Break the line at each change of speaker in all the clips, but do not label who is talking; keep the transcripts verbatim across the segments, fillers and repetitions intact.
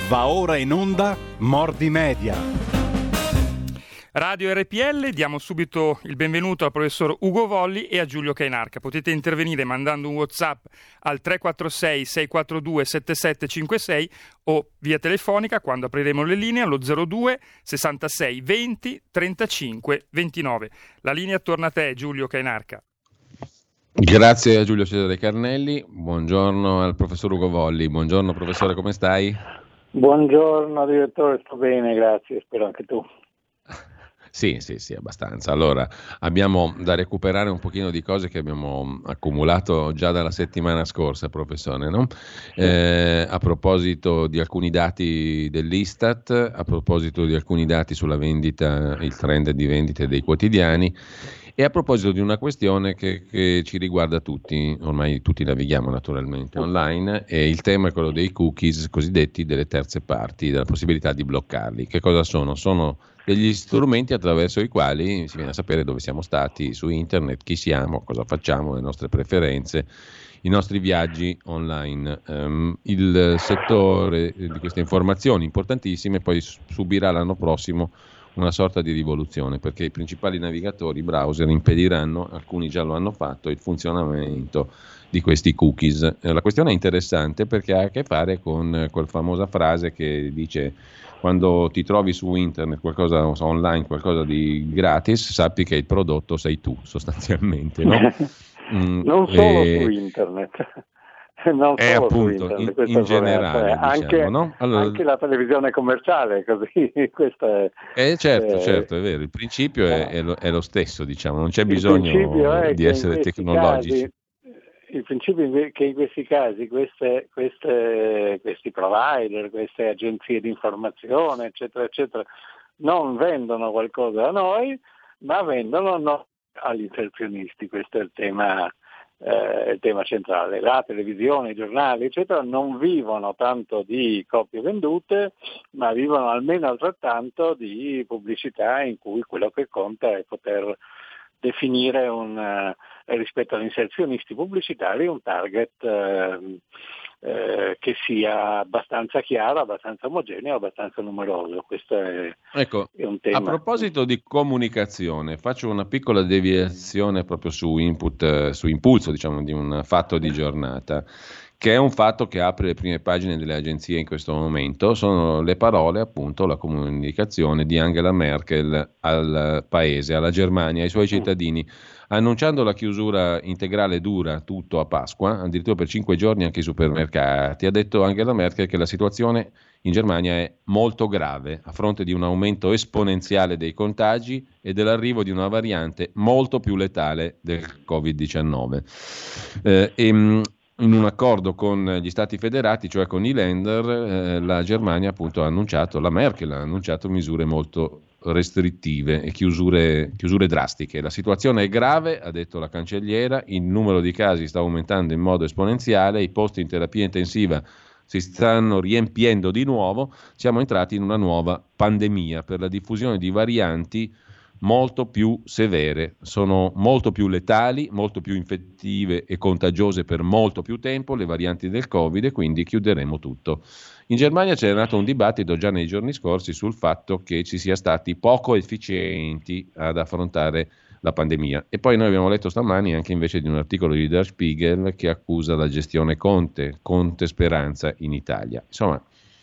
Va ora in onda Mordi Media.
Radio R P L, diamo subito il benvenuto al professor Ugo Volli e a Giulio Cainarca. Potete intervenire mandando un WhatsApp al tre quattro sei sei quattro due sette sette cinque sei o via telefonica quando apriremo le linee allo zero due sessantasei venti trentacinque ventinove. La linea torna a te, Giulio Cainarca.
Grazie a Giulio Cesare Carnelli, buongiorno al professor Ugo Volli. Buongiorno professore, come stai?
Buongiorno direttore, sto bene, grazie, spero anche tu.
Sì, sì, sì, abbastanza. Allora, abbiamo da recuperare un pochino di cose che abbiamo accumulato già dalla settimana scorsa, professore, no? Eh, a proposito di alcuni dati dell'Istat, a proposito di alcuni dati sulla vendita, il trend di vendite dei quotidiani, e a proposito di una questione che, che ci riguarda tutti, ormai tutti navighiamo naturalmente online, e il tema è quello dei cookies cosiddetti delle terze parti, della possibilità di bloccarli. Che cosa sono? Sono degli strumenti attraverso i quali si viene a sapere dove siamo stati su internet, chi siamo, cosa facciamo, le nostre preferenze, i nostri viaggi online. Um, il settore di queste informazioni importantissime poi subirà l'anno prossimo una sorta di rivoluzione, perché i principali navigatori, i browser, impediranno, alcuni già lo hanno fatto, il funzionamento di questi cookies. La questione è interessante perché ha a che fare con quella famosa frase che dice: quando ti trovi su internet qualcosa online, qualcosa di gratis, sappi che il prodotto sei tu, sostanzialmente, no?
Mm, non solo
e...
su internet. Non
è
solo
appunto
su internet,
in, in generale,
cioè,
diciamo,
anche,
no? Allora,
anche la televisione commerciale, così. Questa è,
eh, certo,
eh,
certo, è vero, il principio è, è, lo, è lo stesso, diciamo, non c'è
il
bisogno
principio è
di
che
essere
in questi
tecnologici.
Casi, il principio è che in questi casi queste, queste, questi provider, queste agenzie di informazione, eccetera, eccetera, non vendono qualcosa a noi, ma vendono no, agli inserzionisti. Questo è il tema. Eh, il tema centrale. La televisione, i giornali, eccetera, non vivono tanto di copie vendute, ma vivono almeno altrettanto di pubblicità in cui quello che conta è poter definire un, eh, rispetto agli inserzionisti pubblicitari un target eh, eh, che sia abbastanza chiaro, abbastanza omogeneo, abbastanza numeroso. Questo è,
ecco,
è un tema.
A proposito di comunicazione, faccio una piccola deviazione proprio su input, su impulso, diciamo, di un fatto di giornata, che è un fatto che apre le prime pagine delle agenzie in questo momento. Sono le parole, appunto, la comunicazione di Angela Merkel al paese, alla Germania, ai suoi cittadini, annunciando la chiusura integrale dura tutto a Pasqua, addirittura per cinque giorni anche i supermercati. Ha detto Angela Merkel che la situazione in Germania è molto grave, a fronte di un aumento esponenziale dei contagi e dell'arrivo di una variante molto più letale del covid diciannove. Eh, e, in un accordo con gli stati federati, cioè con i Länder, eh, la Germania appunto ha annunciato, la Merkel ha annunciato misure molto restrittive e chiusure, chiusure drastiche. La situazione è grave, ha detto la cancelliera, il numero di casi sta aumentando in modo esponenziale, i posti in terapia intensiva si stanno riempiendo di nuovo, siamo entrati in una nuova pandemia per la diffusione di varianti molto più severe, sono molto più letali, molto più infettive e contagiose per molto più tempo le varianti del Covid, e quindi chiuderemo tutto. In Germania c'è nato un dibattito già nei giorni scorsi sul fatto che ci sia stati poco efficienti ad affrontare la pandemia. E poi noi abbiamo letto stamani anche invece di un articolo di Der Spiegel che accusa la gestione Conte, Conte Speranza in Italia. Insomma,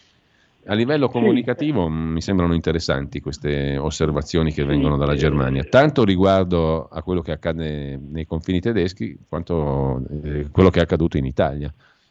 a livello comunicativo sì, mi sembrano interessanti queste osservazioni che sì, vengono dalla Germania, tanto riguardo a quello che accade nei confini tedeschi quanto eh, quello che è accaduto in Italia.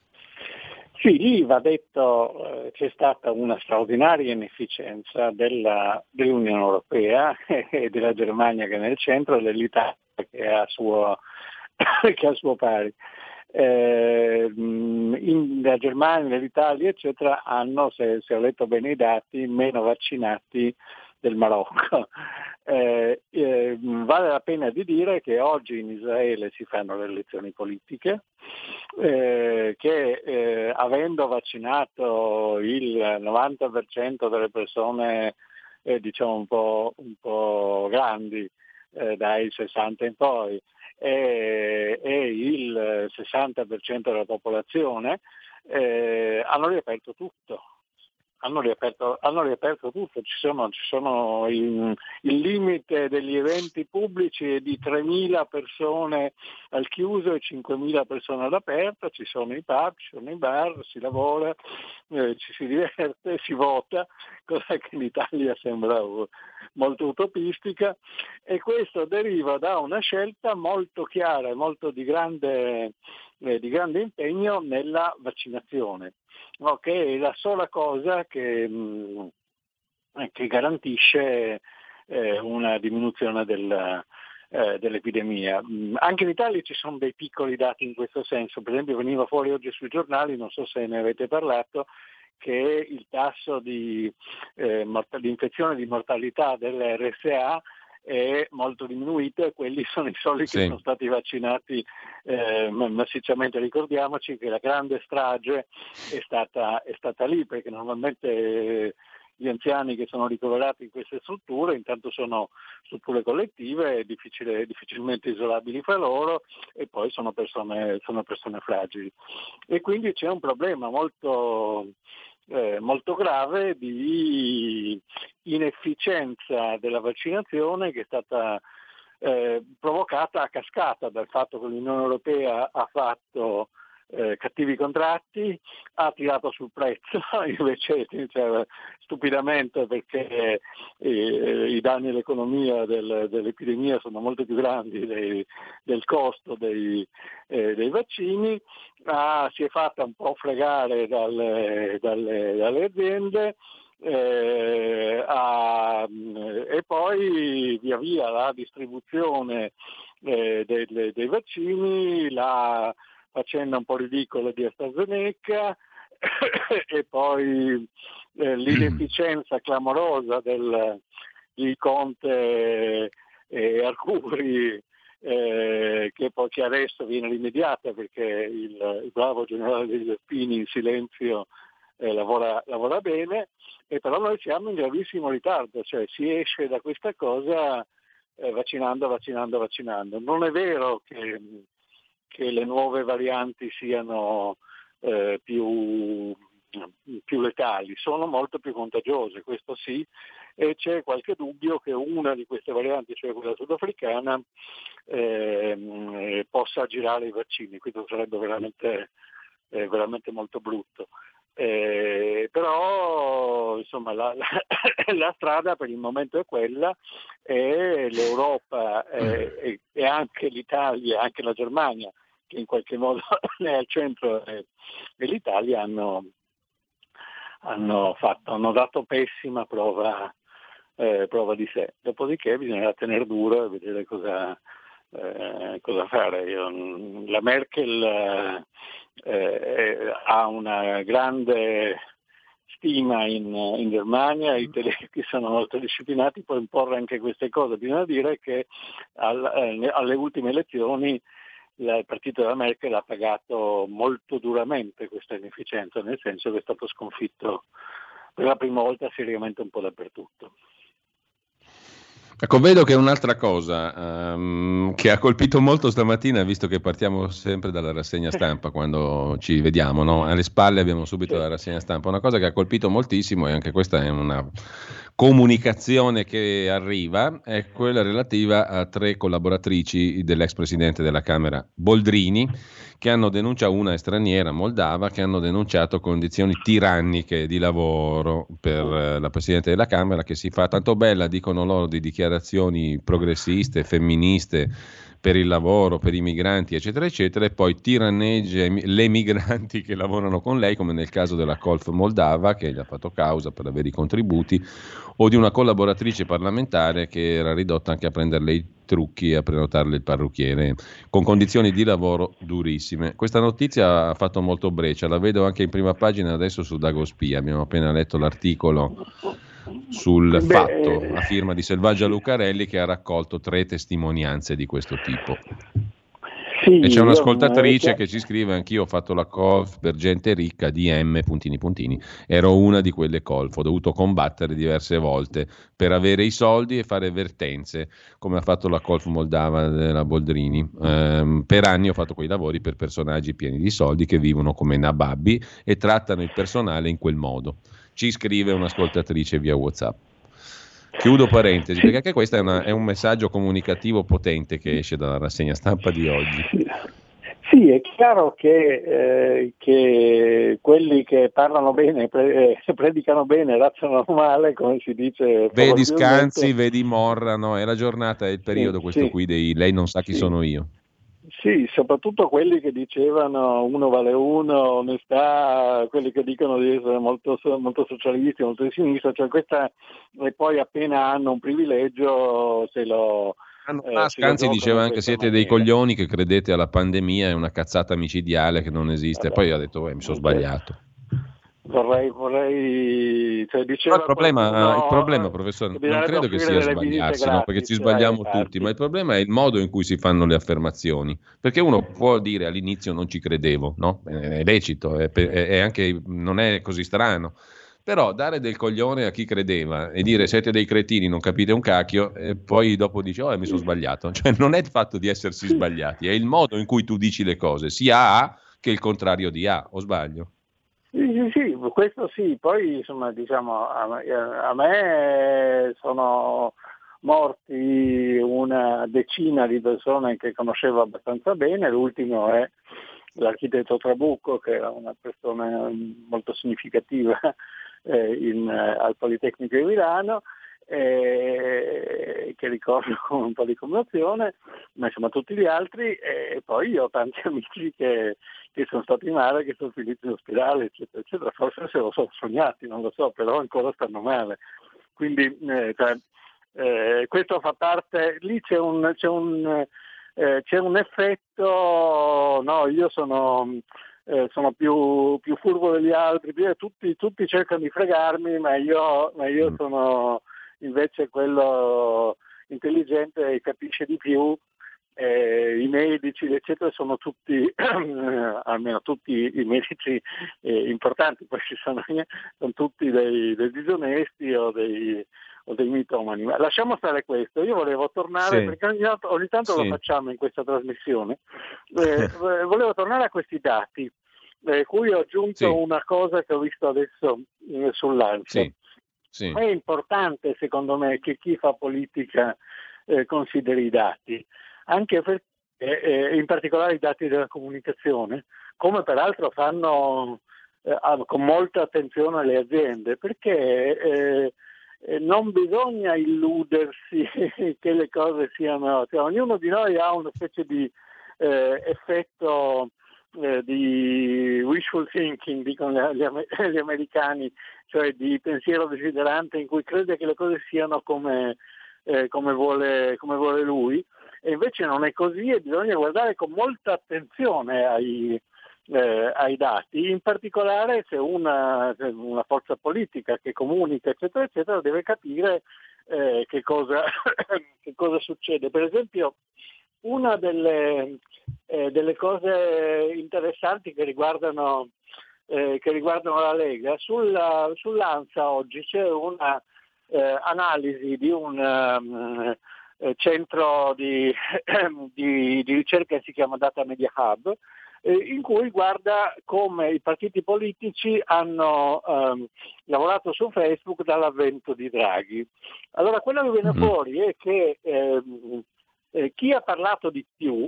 Sì, lì va detto eh, c'è stata una straordinaria inefficienza della, dell'Unione Europea e della Germania che è nel centro, e dell'Italia che è a suo, che è a suo pari. Eh, in, la Germania, l'Italia, eccetera, hanno, se, se ho letto bene i dati, meno vaccinati del Marocco. Eh, eh, vale la pena di dire che oggi in Israele si fanno le elezioni politiche, eh, che eh, avendo vaccinato il novanta per cento delle persone eh, diciamo un po', un po' grandi, eh, dai sessanta in poi, e, e il sessanta per cento della popolazione, eh, hanno riaperto tutto. hanno riaperto, hanno riaperto tutto, ci sono, ci sono il, il limite degli eventi pubblici è di tremila persone al chiuso e cinquemila persone all'aperto, ci sono i pub, ci sono i bar, si lavora, eh, ci si diverte, si vota, cosa che in Italia sembra molto utopistica, e questo deriva da una scelta molto chiara e molto di grande, eh, di grande impegno nella vaccinazione, no? Che è la sola cosa che, mh, che garantisce eh, una diminuzione del, eh, dell'epidemia. Mh, anche in Italia ci sono dei piccoli dati in questo senso, per esempio veniva fuori oggi sui giornali, non so se ne avete parlato, che il tasso di, eh, mort- di infezione, di mortalità dell'R S A è molto diminuito, e quelli sono i soli che
sì.
sono stati vaccinati eh, massicciamente. Ricordiamoci che la grande strage è stata, è stata lì, perché normalmente eh, gli anziani che sono ricoverati in queste strutture intanto sono strutture collettive, difficile, difficilmente isolabili fra loro, e poi sono persone, sono persone fragili, e quindi c'è un problema molto Eh, molto grave di inefficienza della vaccinazione, che è stata eh, provocata a cascata dal fatto che l'Unione Europea ha fatto eh, cattivi contratti, ha tirato sul prezzo, invece cioè, stupidamente, perché eh, i danni all'economia del, dell'epidemia sono molto più grandi dei, del costo dei, eh, dei vaccini. Ah, si è fatta un po' fregare dalle, dalle, dalle aziende, eh, a, e poi via via la distribuzione eh, dei, dei vaccini, la faccenda un po' ridicola di AstraZeneca e poi eh, l'inefficienza clamorosa del, di Conte e Arcuri, Eh, che poi che adesso viene rimediata perché il, il bravo generale degli Alpini in silenzio eh, lavora, lavora bene, e però noi siamo in gravissimo ritardo, cioè si esce da questa cosa eh, vaccinando, vaccinando, vaccinando. Non è vero che, che le nuove varianti siano eh, più, più letali, sono molto più contagiose, questo sì, e c'è qualche dubbio che una di queste varianti, cioè quella sudafricana, eh, possa aggirare i vaccini. Questo sarebbe veramente, eh, veramente molto brutto. Eh, però insomma la, la, la strada per il momento è quella, e l'Europa eh, e, e anche l'Italia, anche la Germania, che in qualche modo è al centro, e, e l'Italia hanno, hanno, fatto, hanno dato pessima prova Eh, prova di sé. Dopodiché bisognerà tenere duro e vedere cosa, eh, cosa fare. Io, la Merkel eh, ha una grande stima in, in Germania, i tedeschi sono molto disciplinati, può imporre anche queste cose. Bisogna dire che al, eh, alle ultime elezioni la, il partito della Merkel ha pagato molto duramente questa inefficienza, nel senso che è stato sconfitto per la prima volta seriamente un po' dappertutto.
Ecco, vedo che un'altra cosa um, che ha colpito molto stamattina, visto che partiamo sempre dalla rassegna stampa quando ci vediamo, no? Alle spalle abbiamo subito la rassegna stampa, una cosa che ha colpito moltissimo, e anche questa è una comunicazione che arriva, è quella relativa a tre collaboratrici dell'ex presidente della Camera Boldrini, che hanno denunciato, una è straniera, moldava, che hanno denunciato condizioni tiranniche di lavoro per la Presidente della Camera, che si fa tanto bella, dicono loro, di dichiarazioni progressiste, femministe, per il lavoro, per i migranti, eccetera, eccetera, e poi tiranneggia le migranti che lavorano con lei, come nel caso della Colf Moldava, che gli ha fatto causa per avere i contributi, o di una collaboratrice parlamentare che era ridotta anche a prenderle i trucchi e a prenotarle il parrucchiere, con condizioni di lavoro durissime. Questa notizia ha fatto molto breccia, la vedo anche in prima pagina adesso su Dagospia, abbiamo appena letto l'articolo sul
Beh,
Fatto, a firma di Selvaggia Lucarelli, che ha raccolto tre testimonianze di questo tipo.
Sì,
e c'è
io,
un'ascoltatrice
eh,
che ci scrive: anch'io ho fatto la colf per gente ricca di M puntini puntini, ero una di quelle colf, ho dovuto combattere diverse volte per avere i soldi e fare vertenze, come ha fatto la colf moldava della Boldrini. Ehm, per anni ho fatto quei lavori per personaggi pieni di soldi che vivono come nababbi e trattano il personale in quel modo. Ci scrive un'ascoltatrice via WhatsApp. Chiudo parentesi,
sì,
perché anche questo è, una- è un messaggio comunicativo potente che esce dalla rassegna stampa di oggi.
sì. Sì, è chiaro che, eh, che quelli che parlano bene, pre- eh, predicano bene, razionano male, come si dice
Vedi
probabilmente.
Scanzi, vedi Morra, no? È la giornata, è il
Sì,
periodo questo
sì,
qui dei lei non sa chi
sì.
sono io.
Sì, soprattutto quelli che dicevano uno vale uno, onestà, quelli che dicono di essere molto, so- molto socialisti, molto di sinistra, cioè questa, e poi appena hanno un privilegio se lo,
Anno
eh,
fa
se lo
Scanzi
giocano
diceva
in
anche
questa
siete dei
maniera.
coglioni che credete alla pandemia, è una cazzata micidiale che non esiste.
Vabbè,
Poi ha detto, eh, mi sono
cioè,
sbagliato.
vorrei, vorrei, cioè
Però il
diceva
problema, il
qualcuno
problema,
eh, che
professore, non
bisognerebbe
credo che
offrire
sia
delle visite
sbagliarsi, no? Perché ci
gratis ai
sbagliamo tutti, ma
parchi.
il problema è il modo in cui si fanno le affermazioni. Perché uno può dire all'inizio non ci credevo, no? È lecito, è, pe- è anche, non è così strano. Però dare del coglione a chi credeva e dire siete dei cretini, non capite un cacchio, e poi dopo dici oh, mi sono sbagliato. Cioè non è il fatto di essersi sbagliati, è il modo in cui tu dici le cose, sia A che il contrario di A, o sbaglio?
Sì, sì, sì, questo sì, poi insomma diciamo a me, a me sono morti una decina di persone che conoscevo abbastanza bene, l'ultimo è l'architetto Trabucco che era una persona molto significativa eh, in, eh, al Politecnico di Milano, eh, che ricordo con un po' di commozione, ma insomma tutti gli altri, e poi io ho tanti amici che che sono stati male, che sono finiti in ospedale, eccetera, eccetera. Forse se lo sono sognati, non lo so, però ancora stanno male. Quindi eh, cioè, eh, questo fa parte, lì c'è un, c'è un, eh, c'è un effetto, no, io sono, eh, sono più, più furbo degli altri, più- tutti, tutti cercano di fregarmi, ma io, ma io
Mm.
sono invece quello intelligente e capisce di più. Eh, I medici, eccetera, sono tutti, almeno tutti i medici eh, importanti, poi ci sono, sono tutti dei, dei disonesti o dei, o dei mitomani. Ma lasciamo stare questo, io volevo tornare,
Sì,
perché ogni tanto, ogni tanto lo
sì,
facciamo in questa trasmissione, eh, volevo tornare a questi dati, eh, cui ho aggiunto
sì,
una cosa che ho visto adesso eh, sull'Ansa.
sì, sì.
È importante secondo me che chi fa politica eh, consideri i dati, anche perché eh, in particolare i dati della comunicazione, come peraltro fanno eh, con molta attenzione le aziende, perché eh, eh, non bisogna illudersi che le cose siano, cioè, ognuno di noi ha una specie di eh, effetto eh, di wishful thinking, dicono gli, gli, gli americani, cioè di pensiero desiderante in cui crede che le cose siano come, eh, come, vuole, come vuole lui, e invece non è così e bisogna guardare con molta attenzione ai, eh, ai dati, in particolare se una, una forza politica che comunica eccetera eccetera deve capire eh, che, cosa, che cosa succede. Per esempio una delle, eh, delle cose interessanti che riguardano Eh, che riguardano la Lega, sulla, sull'Ansa oggi c'è una eh, analisi di un um, eh, centro di, di, di ricerca che si chiama Data Media Hub, eh, in cui guarda come i partiti politici hanno um, lavorato su Facebook dall'avvento di Draghi. Allora quello che viene
Mm.
fuori è che ehm, eh, chi ha parlato di più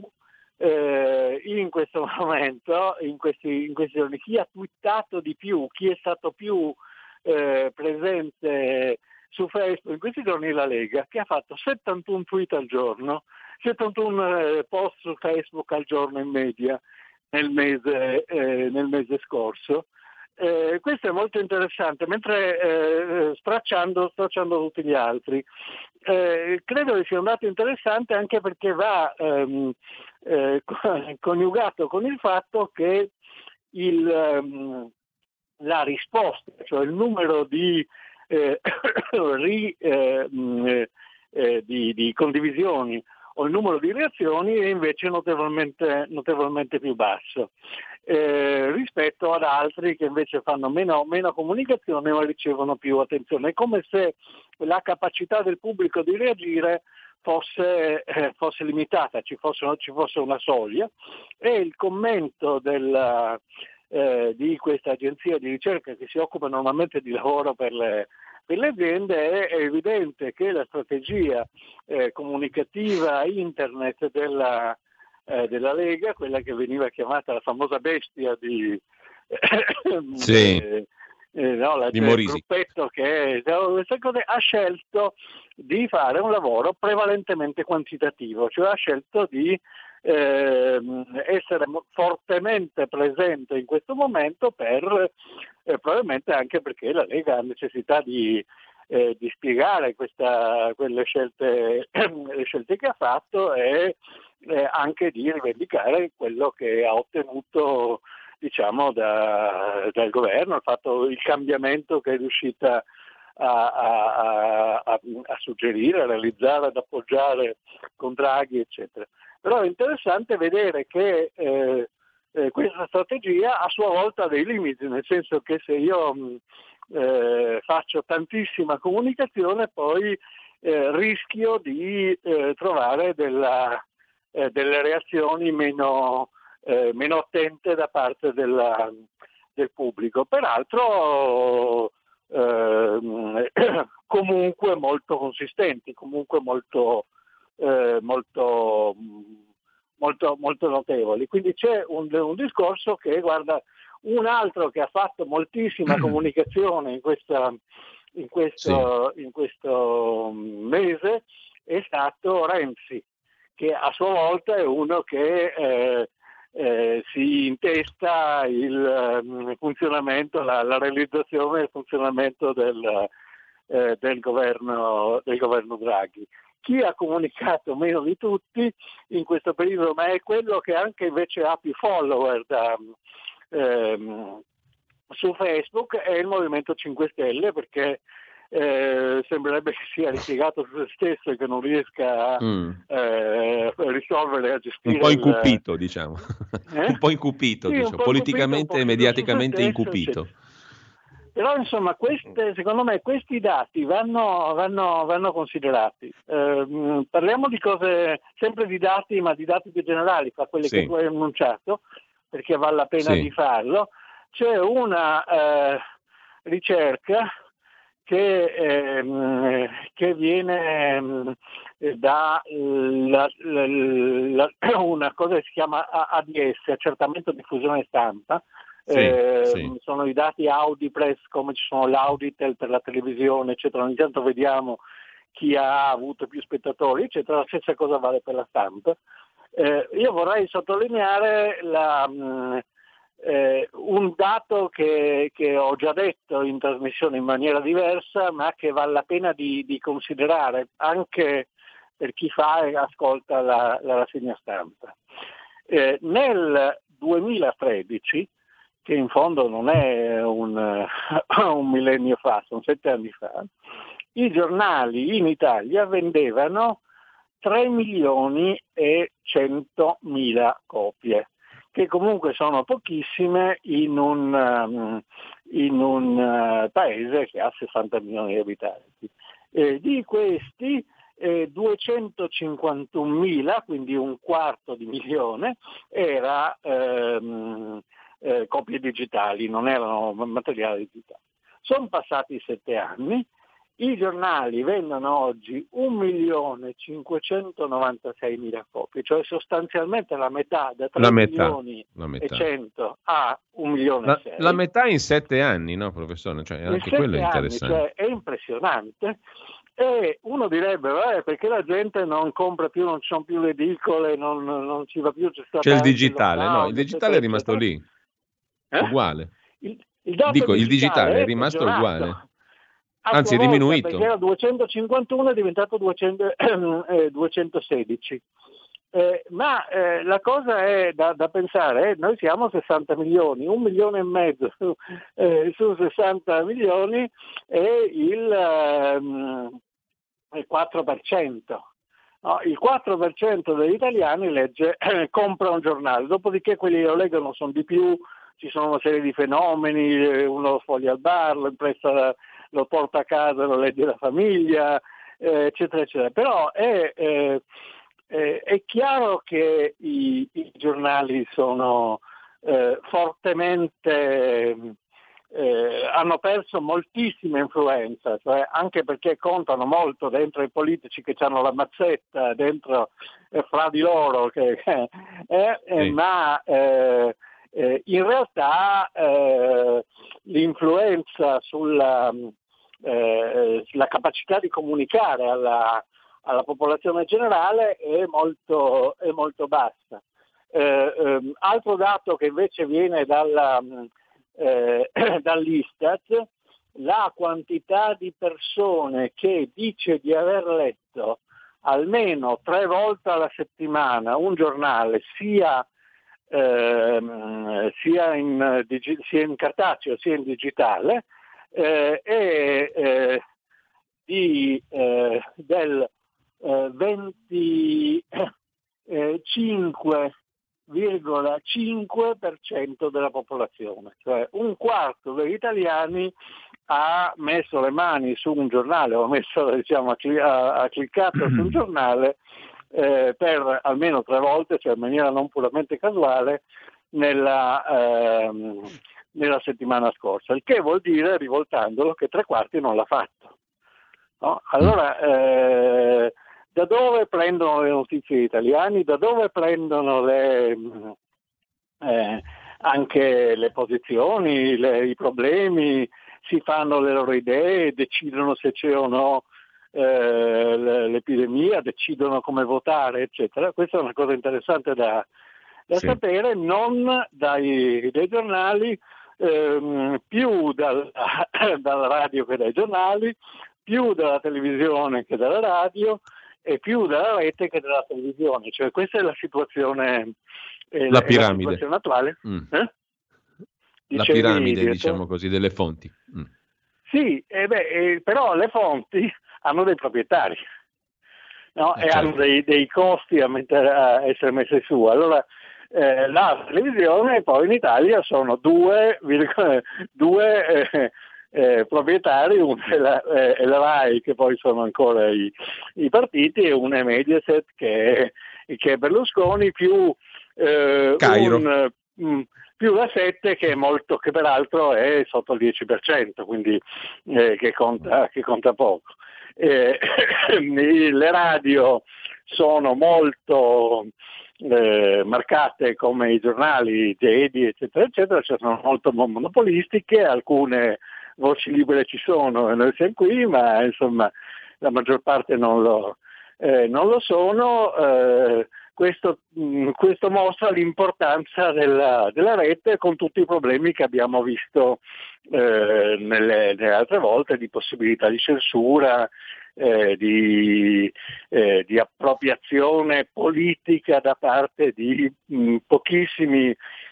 Eh, in questo momento, in questi, in questi giorni, chi ha twittato di più, chi è stato più eh, presente su Facebook, in questi giorni la Lega, che ha fatto settantuno tweet al giorno, settantuno eh, post su Facebook al giorno in media nel mese, eh, nel mese scorso. Eh, questo è molto interessante, mentre eh, stracciando, stracciando tutti gli altri. Eh, credo che sia un dato interessante anche perché va ehm, eh, coniugato con il fatto che il, ehm, la risposta, cioè il numero di, eh, ri, eh, eh, di, di condivisioni o il numero di reazioni è invece notevolmente, notevolmente più basso eh, rispetto ad altri che invece fanno meno, meno comunicazione ma ricevono più attenzione. È come se la capacità del pubblico di reagire fosse, eh, fosse limitata, ci fosse, ci fosse una soglia, e il commento della, eh, di questa agenzia di ricerca che si occupa normalmente di lavoro per le, per le aziende è, è evidente che la strategia eh, comunicativa internet della, eh, della Lega, quella che veniva chiamata la famosa bestia di...
sì.
eh, Eh, no, la,
di
cioè, il
Morisi.
gruppetto che queste cose, ha scelto di fare un lavoro prevalentemente quantitativo, cioè ha scelto di eh, essere fortemente presente in questo momento per eh, probabilmente anche perché la Lega ha necessità di, eh, di spiegare questa, quelle scelte, le scelte che ha fatto e eh, anche di rivendicare quello che ha ottenuto, diciamo, da, dal governo, il fatto, il cambiamento che è riuscita a, a, a, a suggerire, a realizzare, ad appoggiare con Draghi, eccetera. Però è interessante vedere che eh, eh, questa strategia a sua volta ha dei limiti, nel senso che se io eh, faccio tantissima comunicazione poi eh, rischio di eh, trovare della, eh, delle reazioni meno Eh, meno attente da parte della, del pubblico, peraltro eh, comunque molto consistenti, comunque molto, eh, molto, molto, molto notevoli. Quindi c'è un, un discorso che, guarda, un altro che ha fatto moltissima comunicazione in, questa, in, questo, sì. in questo mese è stato Renzi, che a sua volta è uno che eh, Eh, si intesta il um, funzionamento, la, la realizzazione e il funzionamento del, eh, del, governo, del governo Draghi. Chi ha comunicato meno di tutti in questo periodo, ma è quello che anche invece ha più follower da, ehm, su Facebook, è il Movimento cinque Stelle, perché Eh, sembrerebbe che sia ripiegato su se stesso e che non riesca a mm. eh, risolvere, a gestire.
Un po' incupito, il... diciamo.
Eh?
un po' incupito,
sì,
diciamo.
po
politicamente e mediaticamente
stesso,
incupito.
Eccetera. Però insomma, queste, secondo me questi dati vanno, vanno, vanno considerati. Eh, parliamo di cose, sempre di dati, ma di dati più generali, fra quelli sì. che tu hai annunciato, perché vale la pena sì. di farlo. C'è una eh, ricerca Che, ehm, che viene eh, da la, la, la, una cosa che si chiama A D S, accertamento di diffusione stampa. Sì, eh, sì. Sono i dati Audipress, come ci sono l'Auditel per la televisione, eccetera. Ogni tanto vediamo chi ha avuto più spettatori, eccetera. La stessa cosa vale per la stampa. Eh, io vorrei sottolineare la... Mh, Eh, un dato che, che ho già detto in trasmissione in maniera diversa, ma che vale la pena di, di considerare anche per chi fa e ascolta la, la rassegna stampa. Eh, nel duemilatredici, che in fondo non è un, un millennio fa, sono sette anni fa, i giornali in Italia vendevano tre milioni e centomila copie, che comunque sono pochissime in un, um, in un uh, paese che ha sessanta milioni di abitanti. Eh, di questi eh, duecentocinquantunomila, quindi un quarto di milione, era ehm, eh, copie digitali, non erano materiali digitali. Sono passati sette anni. I giornali vendono oggi un milione cinquecentonovantaseimila copie, cioè sostanzialmente la metà, da tre milioni e cento a un milione e sei.
La, la metà in sette anni, no professore? Cioè, anche quello è interessante.
Anni, cioè, è impressionante. E uno direbbe, vabbè, perché la gente non compra più, non ci sono più le edicole, non, non ci va più, c'è,
c'è il digitale, lockdown, no, il digitale eccetera, è rimasto eccetera. lì, eh? uguale.
Il, il dato
Dico,
digitale
il digitale è,
è
rimasto
peggiorato.
uguale.
Anzi,
è diminuito.
Perché era duecentocinquantuno, è diventato duecento, eh, duecentosedici. Eh, ma eh, la cosa è da, da pensare, eh, noi siamo sessanta milioni, un milione e mezzo su, eh, su sessanta milioni è il, ehm, il quattro per cento. No, il quattro per cento degli italiani legge, eh, compra un giornale, dopodiché quelli che lo leggono sono di più, ci sono una serie di fenomeni, uno lo sfoglia al bar, lo impressa, lo porta a casa, lo legge la famiglia, eh, eccetera, eccetera. Però è, eh, eh, è chiaro che i, i giornali sono eh, fortemente... Eh, hanno perso moltissima influenza, cioè anche perché contano molto dentro i politici che hanno la mazzetta, dentro eh, fra di loro, che, eh, eh,
sì.
ma eh, eh, in realtà eh, l'influenza sulla eh, la capacità di comunicare alla, alla popolazione generale è molto, è molto bassa. Eh, ehm, altro dato che invece viene dalla Eh, dall'Istat, la quantità di persone che dice di aver letto almeno tre volte alla settimana un giornale, sia, ehm, sia, in, digi- sia in cartaceo sia in digitale, eh, è eh, di, eh, del eh, venticinque virgola cinque per cento della popolazione, cioè un quarto degli italiani ha messo le mani su un giornale o ha, messo, diciamo, ha, ha cliccato su un giornale eh, per almeno tre volte, cioè in maniera non puramente casuale, nella, ehm, nella settimana scorsa, il che vuol dire, rivoltandolo, che tre quarti non l'ha fatto. No? Allora, eh, da dove prendono le notizie italiane? Da dove prendono le, eh, anche le posizioni, le, i problemi, si fanno le loro idee, decidono se c'è o no eh, l'epidemia, decidono come votare, eccetera. Questa è una cosa interessante da, da
sì.
sapere, non dai, dai giornali, ehm, più dal, dalla radio che dai giornali, più dalla televisione che dalla radio, e più dalla rete che dalla televisione, cioè questa è la situazione, eh,
la
è
piramide
la situazione attuale.
mm.
Eh?
La
Dicevi,
piramide,
direttore?
diciamo così, delle fonti. Mm.
Sì, eh beh, eh, però le fonti hanno dei proprietari, no?
Eh,
E
certo.
hanno dei, dei costi a, mettere, a essere messe su. Allora eh, la televisione poi in Italia sono due, due eh, Eh, proprietari, una è la, eh, la RAI, che poi sono ancora i, i partiti, e una è Mediaset, che è, che è Berlusconi, più eh,
Cairo.
un mh, più la sette, che è molto, che peraltro è sotto il dieci per cento, quindi eh, che conta, che conta poco. Eh, le radio sono molto eh, marcate come i giornali, Gedi, eccetera, eccetera, cioè sono molto monopolistiche, alcune voci libere ci sono e noi siamo qui, ma insomma la maggior parte non lo, eh, non lo sono. Eh, questo, mh, questo mostra l'importanza della, della rete, con tutti i problemi che abbiamo visto eh, nelle, nelle altre volte, di possibilità di censura, eh, di, eh, di appropriazione politica da parte di mh, pochissimi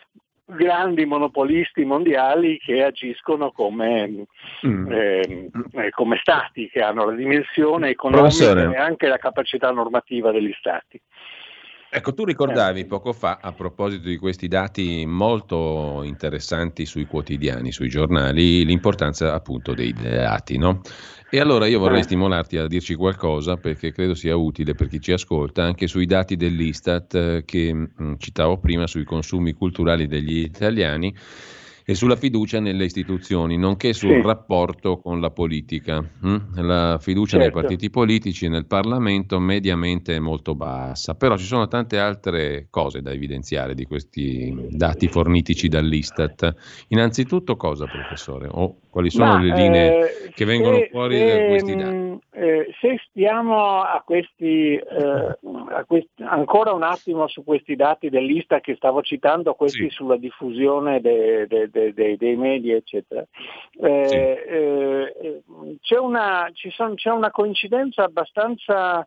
grandi monopolisti mondiali che agiscono come,
Mm.
eh, come stati, che hanno la dimensione economica
Professore.
e anche la capacità normativa degli stati.
Ecco, tu ricordavi poco fa, a proposito di questi dati molto interessanti sui quotidiani, sui giornali, l'importanza appunto dei dati, no? E allora io vorrei
Eh.
stimolarti a dirci qualcosa, perché credo sia utile per chi ci ascolta, anche sui dati dell'Istat eh, che mh, citavo prima, sui consumi culturali degli italiani e sulla fiducia nelle istituzioni, nonché sul
Sì.
rapporto con la politica. hm? La fiducia nei
Certo.
partiti politici e nel Parlamento mediamente è molto bassa, però ci sono tante altre cose da evidenziare di questi dati fornitici dall'Istat. Innanzitutto cosa, professore? O quali sono
Ma,
le linee
eh,
che vengono
se,
fuori
se,
da questi dati?
mh, eh, se stiamo a questi, eh, a questi, ancora un attimo su questi dati dell'Ista che stavo citando, questi
Sì.
sulla diffusione de, de, de, de, dei media, eccetera, eh,
Sì.
eh, c'è, una, ci son, c'è una coincidenza abbastanza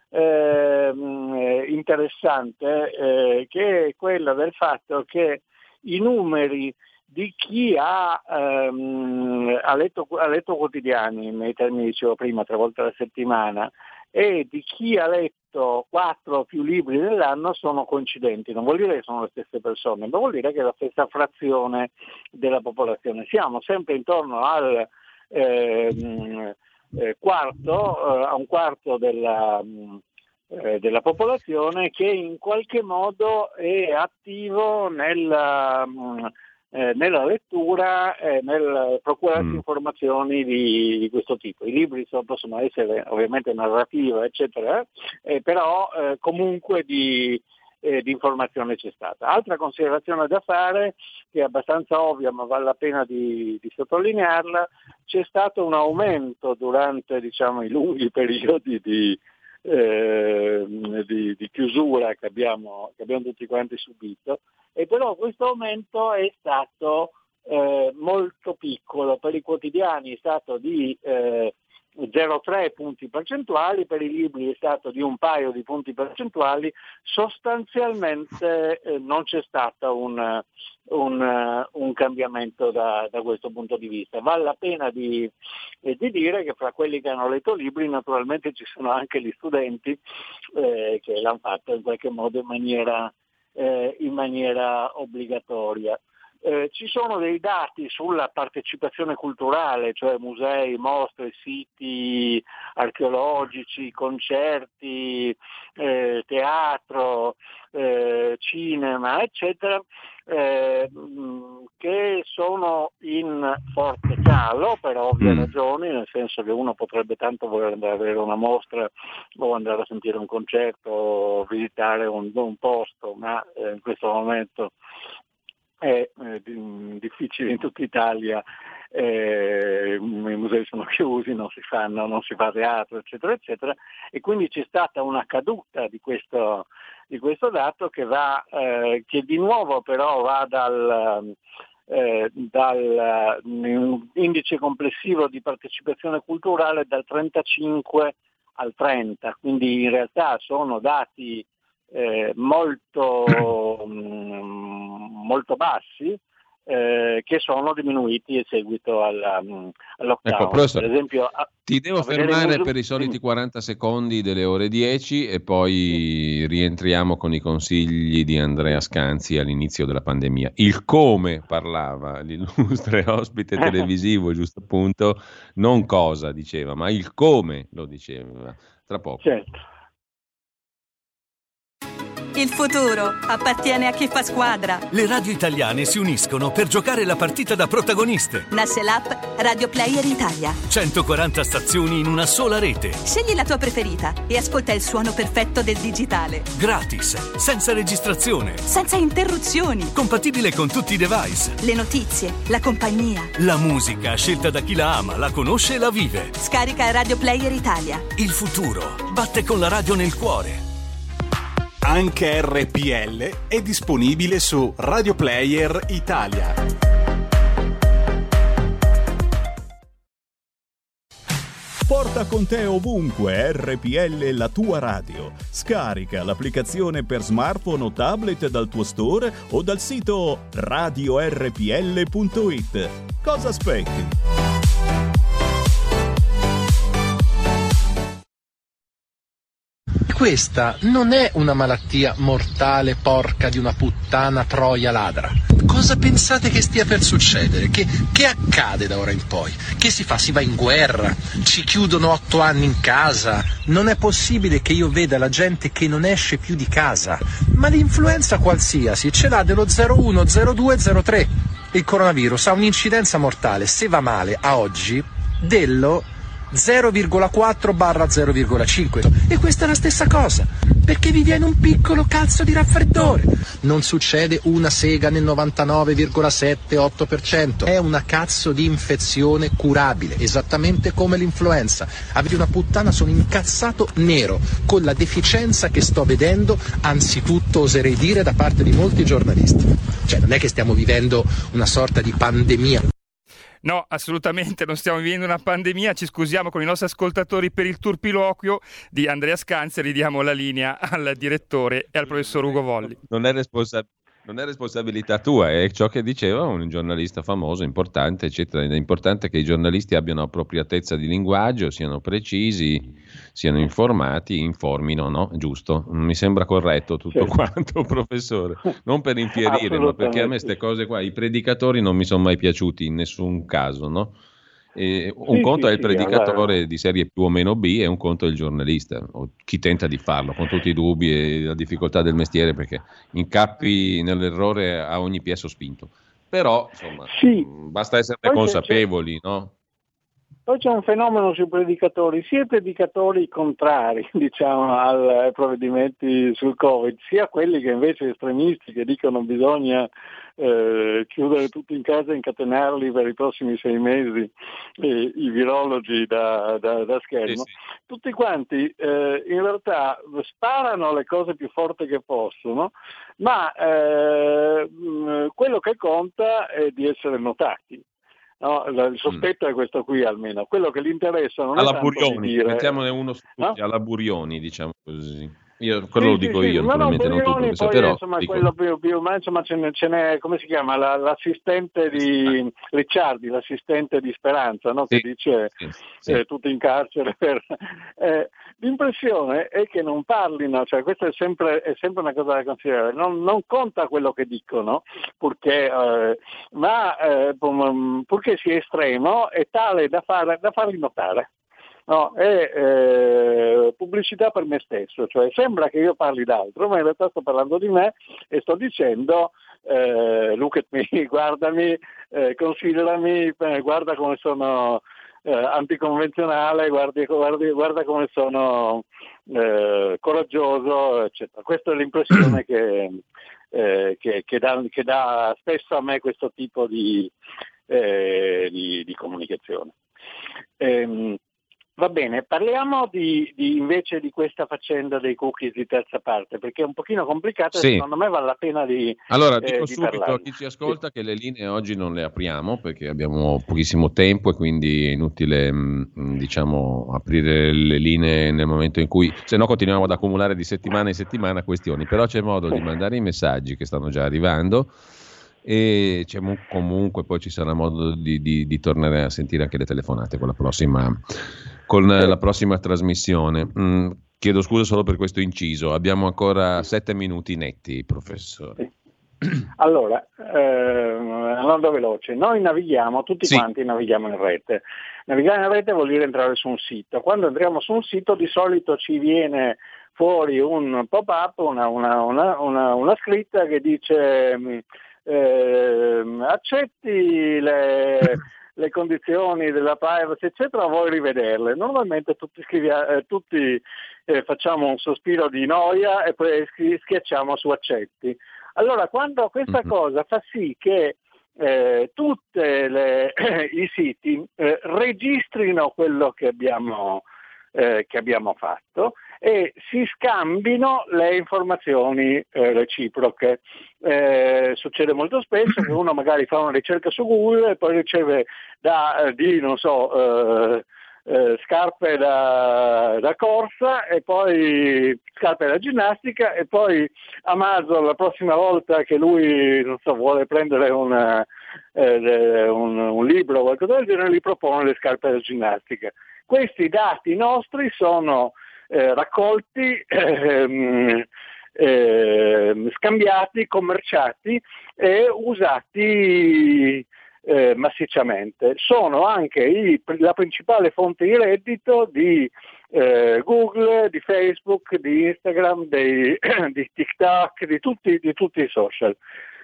eh, interessante, eh, che è quella del fatto che i numeri di chi ha, ehm, ha, letto, ha letto quotidiani, nei termini dicevo prima, tre volte alla settimana, e di chi ha letto quattro o più libri nell'anno sono coincidenti. Non vuol dire che sono le stesse persone, ma vuol dire che è la stessa frazione della popolazione. Siamo sempre intorno al eh, eh, quarto, eh, a un quarto della, eh, della popolazione che in qualche modo è attivo nella... Eh, nella lettura e eh, nel procurarsi mm. informazioni di, di questo tipo. I libri so, possono essere ovviamente narrativa, eccetera, eh, però eh, comunque di, eh, di informazione c'è stata. Altra considerazione da fare, che è abbastanza ovvia ma vale la pena di, di sottolinearla, c'è stato un aumento durante, diciamo, i lunghi periodi di Eh, di, di chiusura che abbiamo, che abbiamo tutti quanti subito, e però questo aumento è stato eh, molto piccolo. Per i quotidiani è stato di eh, zero virgola tre punti percentuali, per i libri è stato di un paio di punti percentuali. Sostanzialmente eh, non c'è stato un, un, un cambiamento da, da questo punto di vista. Vale la pena di, eh, di dire che fra quelli che hanno letto libri naturalmente ci sono anche gli studenti eh, che l'hanno fatto in qualche modo in maniera, eh, in maniera obbligatoria. Eh, ci sono dei dati sulla partecipazione culturale, cioè musei, mostre, siti archeologici, concerti, eh, teatro, eh, cinema, eccetera, eh, che sono in forte calo per ovvie mm. ragioni, nel senso che uno potrebbe tanto voler andare a vedere una mostra o andare a sentire un concerto o visitare un, un posto, ma eh, in questo momento è eh, difficile in tutta Italia, eh, i musei sono chiusi, non si fanno, non si fa teatro, eccetera, eccetera, e quindi c'è stata una caduta di questo, di questo dato che va, eh, che di nuovo però va dal, eh, dal indice complessivo di partecipazione culturale dal trentacinque al trenta, quindi in realtà sono dati Eh, molto, mh, molto bassi eh, che sono diminuiti in seguito alla, mh, al lockdown.
Ecco, professor,
per esempio, a,
ti devo
a
fermare
museo...
per i soliti quaranta secondi delle ore dieci e poi rientriamo con i consigli di Andrea Scanzi all'inizio della pandemia. Il come parlava l'illustre ospite televisivo, giusto appunto, non cosa diceva, ma il come lo diceva. Tra poco.
Certo.
Il futuro appartiene a chi fa squadra.
Le radio italiane si uniscono per giocare la partita da protagoniste.
Nasce l'app Radio Player Italia.
centoquaranta stazioni in una sola rete.
Scegli la tua preferita e ascolta il suono perfetto del digitale.
Gratis, senza registrazione.
Senza interruzioni.
Compatibile con tutti i device.
Le notizie, la compagnia.
La musica scelta da chi la ama, la conosce e la vive.
Scarica Radio Player Italia.
Il futuro batte con la radio nel cuore.
Anche R P L è disponibile su Radio Player Italia.
Porta con te ovunque R P L, la tua radio. Scarica l'applicazione per smartphone o tablet dal tuo store o dal sito radio r p l punto i t. Cosa aspetti?
Questa non è una malattia mortale, porca di una puttana troia ladra. Cosa pensate che stia per succedere? Che, che accade da ora in poi? Che si fa? Si va in guerra? Ci chiudono otto anni in casa? Non è possibile che io veda la gente che non esce più di casa. Ma l'influenza qualsiasi ce l'ha dello zero uno, zero due, zero tre. Il coronavirus ha un'incidenza mortale, se va male, a oggi, dello zero virgola quattro barra zero virgola cinque, e questa è la stessa cosa, perché vi viene un piccolo cazzo di raffreddore. Non succede una sega nel novantanove virgola sette otto per cento, è una cazzo di infezione curabile, esattamente come l'influenza. Avete una puttana, sono incazzato nero con la deficienza che sto vedendo, anzitutto oserei dire da parte di molti giornalisti. Cioè non è che stiamo vivendo una sorta di pandemia.
No, assolutamente non stiamo vivendo una pandemia. Ci scusiamo con i nostri ascoltatori per il turpiloquio di Andrea Scanzi. Ridiamo la linea al direttore e al professor Ugo Volli.
Non è responsabilità. non è responsabilità tua, è ciò che diceva un giornalista famoso, importante, eccetera. È importante che i giornalisti abbiano appropriatezza di linguaggio, siano precisi, siano informati, informino, no? Giusto? Mi sembra corretto tutto sì. quanto, professore. Non per infierire, ma perché a me queste cose qua, i predicatori non mi sono mai piaciuti in nessun caso, no? E un
sì,
conto
sì,
è il predicatore
allora...
di serie più o meno B e un conto è il giornalista, o chi tenta di farlo, con tutti i dubbi e la difficoltà del mestiere, perché incappi nell'errore a ogni piè sospinto. Però, insomma,
sì.
basta esserne Poi consapevoli, c'è... no?
Poi c'è un fenomeno sui predicatori, sia i predicatori contrari, diciamo, ai provvedimenti sul Covid, sia quelli che invece estremisti che dicono bisogna eh, chiudere tutti in casa e incatenarli per i prossimi sei mesi, eh, i virologi da, da, da schermo. Sì, sì. Tutti quanti eh, in realtà sparano le cose più forti che possono, ma eh, quello che conta è di essere notati. No, il sospetto mm. è questo qui almeno, quello che gli interessa non
alla
è tanto
Burioni,
di dire...
mettiamone uno su tutti, no? Alla Burioni, diciamo così. Io, quello
sì,
lo dico
sì,
io,
sì.
naturalmente,
no,
non tu,
Burioni,
professore,
poi,
però...
insomma,
dico...
quello più, più ma insomma ce n'è, ce n'è, come si chiama, la, l'assistente di Lecciardi, l'assistente di Speranza, no? Che sì, dice sì, sì. Eh, tutti in carcere. Per... Eh, l'impressione è che non parlino, cioè questa è sempre, è sempre una cosa da considerare, non, non conta quello che dicono, purché, eh, ma eh, purché sia estremo è tale da, far, da farli notare. No, è eh, pubblicità per me stesso, cioè sembra che io parli d'altro, ma in realtà sto parlando di me e sto dicendo eh, look at me, guardami, eh, considerami, eh, guarda come sono eh, anticonvenzionale, guardi, guardi, guarda come sono eh, coraggioso, eccetera. Questa è l'impressione che, eh, che, che, dà, che dà spesso a me questo tipo di, eh, di, di comunicazione. Ehm, Va bene, parliamo di, di invece di questa faccenda dei cookies di terza parte, perché è un pochino complicata sì. e secondo me vale la pena di
Allora, dico
eh,
subito
parlarne.
a chi ci ascolta sì. che le linee oggi non le apriamo perché abbiamo pochissimo tempo e quindi è inutile mh, diciamo aprire le linee nel momento in cui, se no continuiamo ad accumulare di settimana in settimana questioni, però c'è modo di mandare i messaggi che stanno già arrivando. E c'è comunque poi ci sarà modo di, di, di tornare a sentire anche le telefonate con la prossima, con la prossima trasmissione. Mm, chiedo scusa solo per questo inciso, abbiamo ancora sette minuti netti, professore.
Allora, eh, andando veloce, noi navighiamo, tutti sì. quanti navighiamo in rete. Navigare in rete vuol dire entrare su un sito. Quando entriamo su un sito di solito ci viene fuori un pop-up, una, una, una, una, una scritta che dice... Eh, accetti le, le condizioni della privacy eccetera, vuoi rivederle? Normalmente tutti, scrivia, eh, tutti eh, facciamo un sospiro di noia e poi schiacciamo su accetti. Allora quando questa mm-hmm. cosa fa sì che eh, tutti i siti eh, registrino quello che abbiamo, eh, che abbiamo fatto e si scambino le informazioni eh, reciproche. Eh, succede molto spesso che uno magari fa una ricerca su Google e poi riceve da, di, non so, eh, eh, scarpe da, da corsa e poi scarpe da ginnastica e poi Amazon la prossima volta che lui, non so, vuole prendere una, eh, un, un libro o qualcosa del genere, gli propone le scarpe da ginnastica. Questi dati nostri sono eh, raccolti, ehm, eh, scambiati, commerciati e usati eh, massicciamente. Sono anche i, la principale fonte di reddito di eh, Google, di Facebook, di Instagram, dei, di TikTok, di tutti, di tutti i social.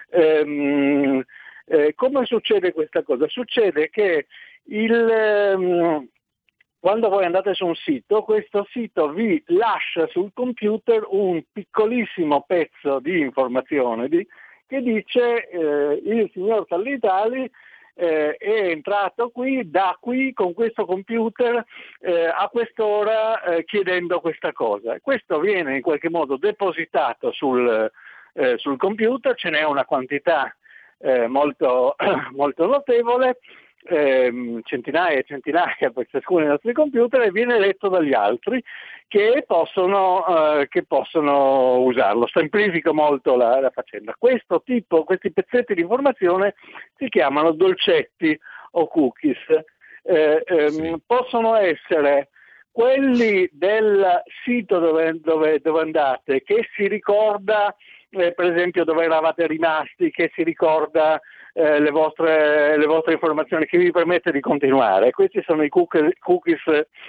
Ehm, eh, come succede questa cosa? Succede che il... Ehm, Quando voi andate su un sito, questo sito vi lascia sul computer un piccolissimo pezzo di informazione di, che dice eh, il signor Tallitali eh, è entrato qui, da qui, con questo computer, eh, a quest'ora eh, chiedendo questa cosa. Questo viene in qualche modo depositato sul, eh, sul computer, ce n'è una quantità eh, molto, molto notevole. ehm, centinaia e centinaia per ciascuno dei nostri computer e viene letto dagli altri che possono, eh, che possono usarlo. Semplifica molto la, la faccenda. Questo tipo, questi pezzetti di informazione si chiamano dolcetti o cookies. Eh, ehm, sì. Possono essere quelli del sito dove, dove, dove andate, che si ricorda eh, per esempio dove eravate rimasti, che si ricorda eh, le, vostre, le vostre informazioni, che vi permette di continuare. Questi sono i cookies, cookies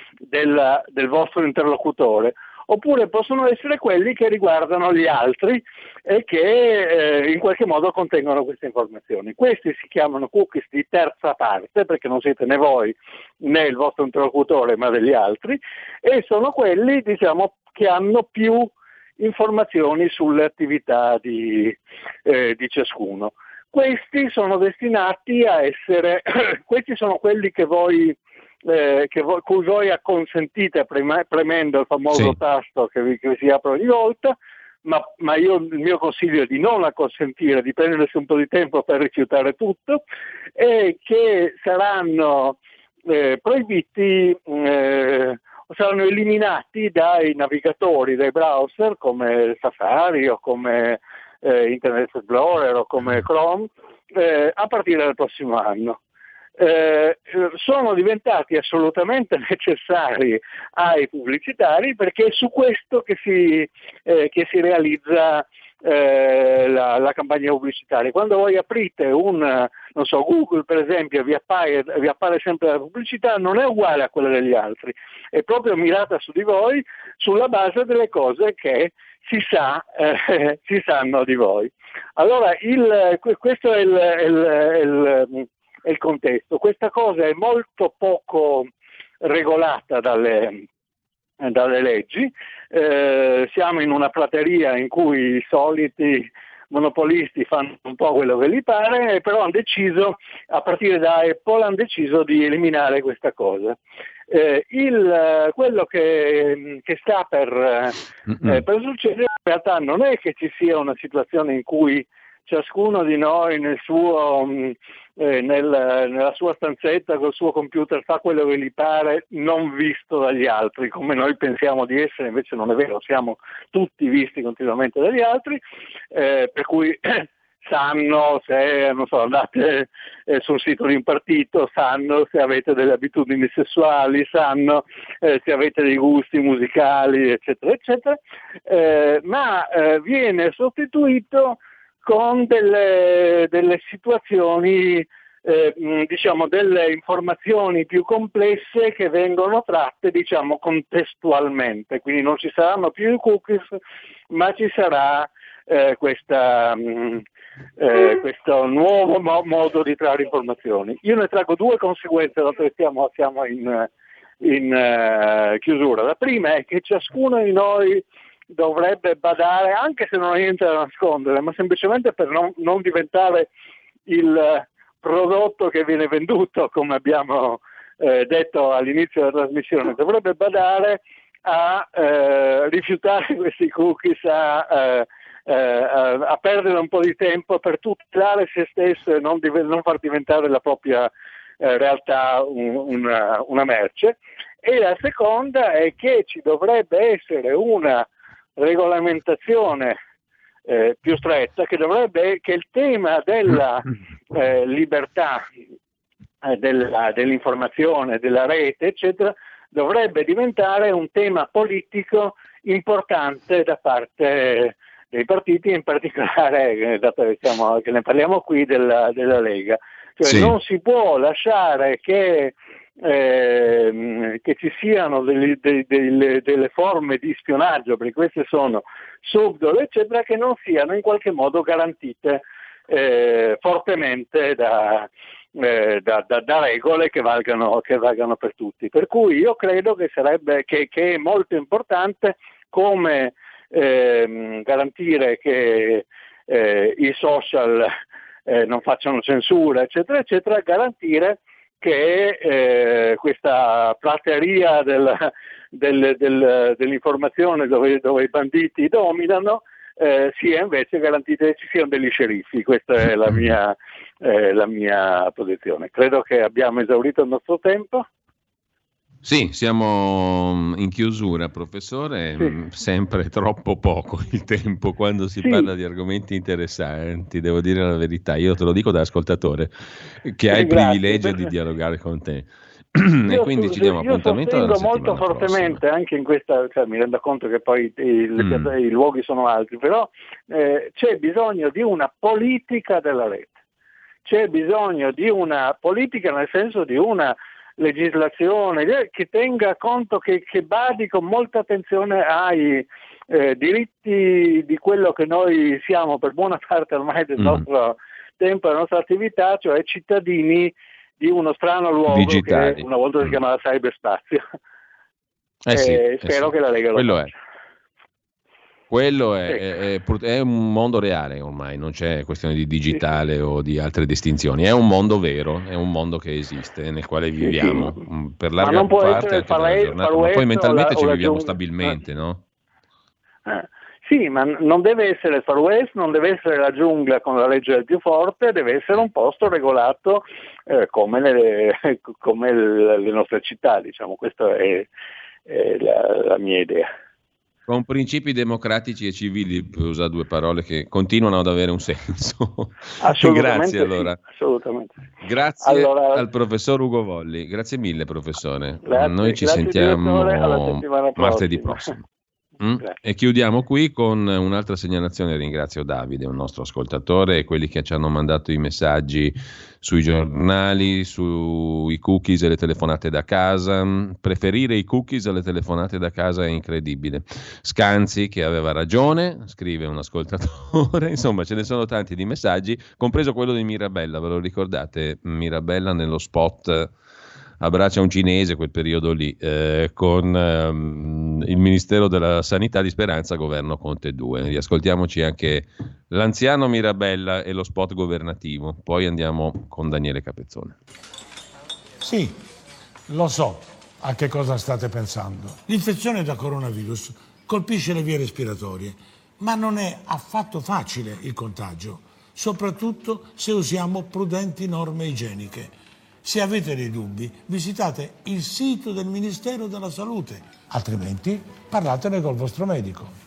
del, del vostro interlocutore. Oppure possono essere quelli che riguardano gli altri e che eh, in qualche modo contengono queste informazioni. Questi si chiamano cookies di terza parte, perché non siete né voi né il vostro interlocutore, ma degli altri, e sono quelli, diciamo, che hanno più informazioni sulle attività di, eh, di ciascuno. Questi sono destinati a essere, questi sono quelli che voi Eh, che voi, cui voi acconsentite preme, premendo il famoso sì. tasto che vi, che vi si apre ogni volta, ma, ma io il mio consiglio è di non acconsentire, di prendersi un po' di tempo per rifiutare tutto, e che saranno eh, proibiti, eh, saranno eliminati dai navigatori, dai browser come Safari o come eh, Internet Explorer o come Chrome eh, a partire dal prossimo anno. Eh, sono diventati assolutamente necessari ai pubblicitari, perché è su questo che si, eh, che si realizza eh, la, la campagna pubblicitaria. Quando voi aprite un, non so, Google per esempio, vi appare, vi appare sempre la pubblicità, non è uguale a quella degli altri, è proprio mirata su di voi sulla base delle cose che si sa, eh, si sanno di voi. Allora il, questo è il, il, il il contesto. Questa cosa è molto poco regolata dalle, dalle leggi, eh, siamo in una prateria in cui i soliti monopolisti fanno un po' quello che gli pare, però hanno deciso, a partire da Apple, hanno deciso di eliminare questa cosa. Eh, il, quello che, che sta per, eh, per succedere in realtà non è che ci sia una situazione in cui ciascuno di noi nel suo, eh, nel, nella sua stanzetta col suo computer fa quello che gli pare, non visto dagli altri, come noi pensiamo di essere. Invece non è vero, siamo tutti visti continuamente dagli altri, eh, per cui sanno se, non so, andate eh, sul sito di un partito, sanno se avete delle abitudini sessuali, sanno eh, se avete dei gusti musicali, eccetera, eccetera, eh, ma eh, viene sostituito con delle, delle situazioni, eh, diciamo, delle informazioni più complesse che vengono tratte, diciamo, contestualmente. Quindi non ci saranno più i cookies, ma ci sarà eh, questa, mh, eh, questo nuovo mo- modo di trarre informazioni. Io ne traggo due conseguenze, dato che siamo, siamo in, in uh, chiusura. La prima è che ciascuno di noi dovrebbe badare, anche se non ha niente da nascondere, ma semplicemente per non, non diventare il prodotto che viene venduto, come abbiamo eh, detto all'inizio della trasmissione, dovrebbe badare a eh, rifiutare questi cookies, a, eh, a, a perdere un po' di tempo per tutelare se stesso e non, div- non far diventare la propria eh, realtà un, una, una merce. E la seconda è che ci dovrebbe essere una regolamentazione eh, più stretta, che dovrebbe, che il tema della eh, libertà eh, della, dell'informazione, della rete, eccetera, dovrebbe diventare un tema politico importante da parte dei partiti, in particolare, dato che, siamo, che ne parliamo qui, della, della Lega. Cioè, sì. Non si può lasciare che Eh, che ci siano delle, delle, delle, delle forme di spionaggio, perché queste sono subdole, eccetera, che non siano in qualche modo garantite eh, fortemente da, eh, da, da, da regole che valgano, che valgano per tutti. Per cui io credo che sarebbe che, che è molto importante come eh, garantire che eh, i social eh, non facciano censura, eccetera, eccetera, garantire che eh, questa prateria del, del, del, dell'informazione dove, dove i banditi dominano eh, sia invece garantita che ci siano degli sceriffi. Questa è la mia, eh, la mia posizione. Credo che abbiamo esaurito il nostro tempo.
Sì, siamo in chiusura, professore, sì. Sempre troppo poco il tempo quando si sì. parla di argomenti interessanti, devo dire la verità, io te lo dico da ascoltatore che ha il Grazie. privilegio di dialogare con te. E quindi ci diamo appuntamento alla settimana
molto fortemente prossima. Anche in questa, cioè, mi rendo conto che poi i, i, mm. i luoghi sono altri, però eh, c'è bisogno di una politica della rete, c'è bisogno di una politica nel senso di una legislazione che tenga conto, che, che badi con molta attenzione ai eh, diritti di quello che noi siamo per buona parte ormai del mm. nostro tempo, della nostra attività, cioè cittadini di uno strano luogo digitali. Che una volta si chiamava cyberspazio.
Eh sì,
eh, spero
eh sì.
che la Lega lo
Quello
faccia.
È. Quello è, è, è, è un mondo reale ormai, non c'è questione di digitale sì. o di altre distinzioni, è un mondo vero, è un mondo che esiste, nel quale viviamo sì, sì. per larga parte anche della giornata, ma poi mentalmente la, ci viviamo stabilmente, eh. no?
Eh. Sì, ma non deve essere il Far West, non deve essere la giungla con la legge del più forte, deve essere un posto regolato eh, come, le, come le, le nostre città, diciamo, questa è, è la, la mia idea.
Con principi democratici e civili, per usare due parole che continuano ad avere un senso. Grazie allora.
Sì, assolutamente.
Grazie
allora,
al professor Ugo Volli. Grazie mille, professore.
Grazie,
Noi ci
grazie
sentiamo martedì prossimo. Mm? E chiudiamo qui con un'altra segnalazione. Ringrazio Davide, un nostro ascoltatore, e quelli che ci hanno mandato i messaggi sui giornali, sui cookies e le telefonate da casa. Preferire i cookies alle telefonate da casa è incredibile. Scanzi che aveva ragione, scrive un ascoltatore. Insomma, ce ne sono tanti di messaggi, compreso quello di Mirabella. Ve lo ricordate? Mirabella nello spot Abbraccia un cinese, quel periodo lì, eh, con ehm, il Ministero della Sanità di Speranza, governo Conte due. Riascoltiamoci anche l'anziano Mirabella e lo spot governativo, poi andiamo con Daniele Capezzone.
Sì, lo so a che cosa state pensando. L'infezione da coronavirus colpisce le vie respiratorie, ma non è affatto facile il contagio, soprattutto se usiamo prudenti norme igieniche. Se avete dei dubbi, visitate il sito del Ministero della Salute, altrimenti parlatene col vostro medico.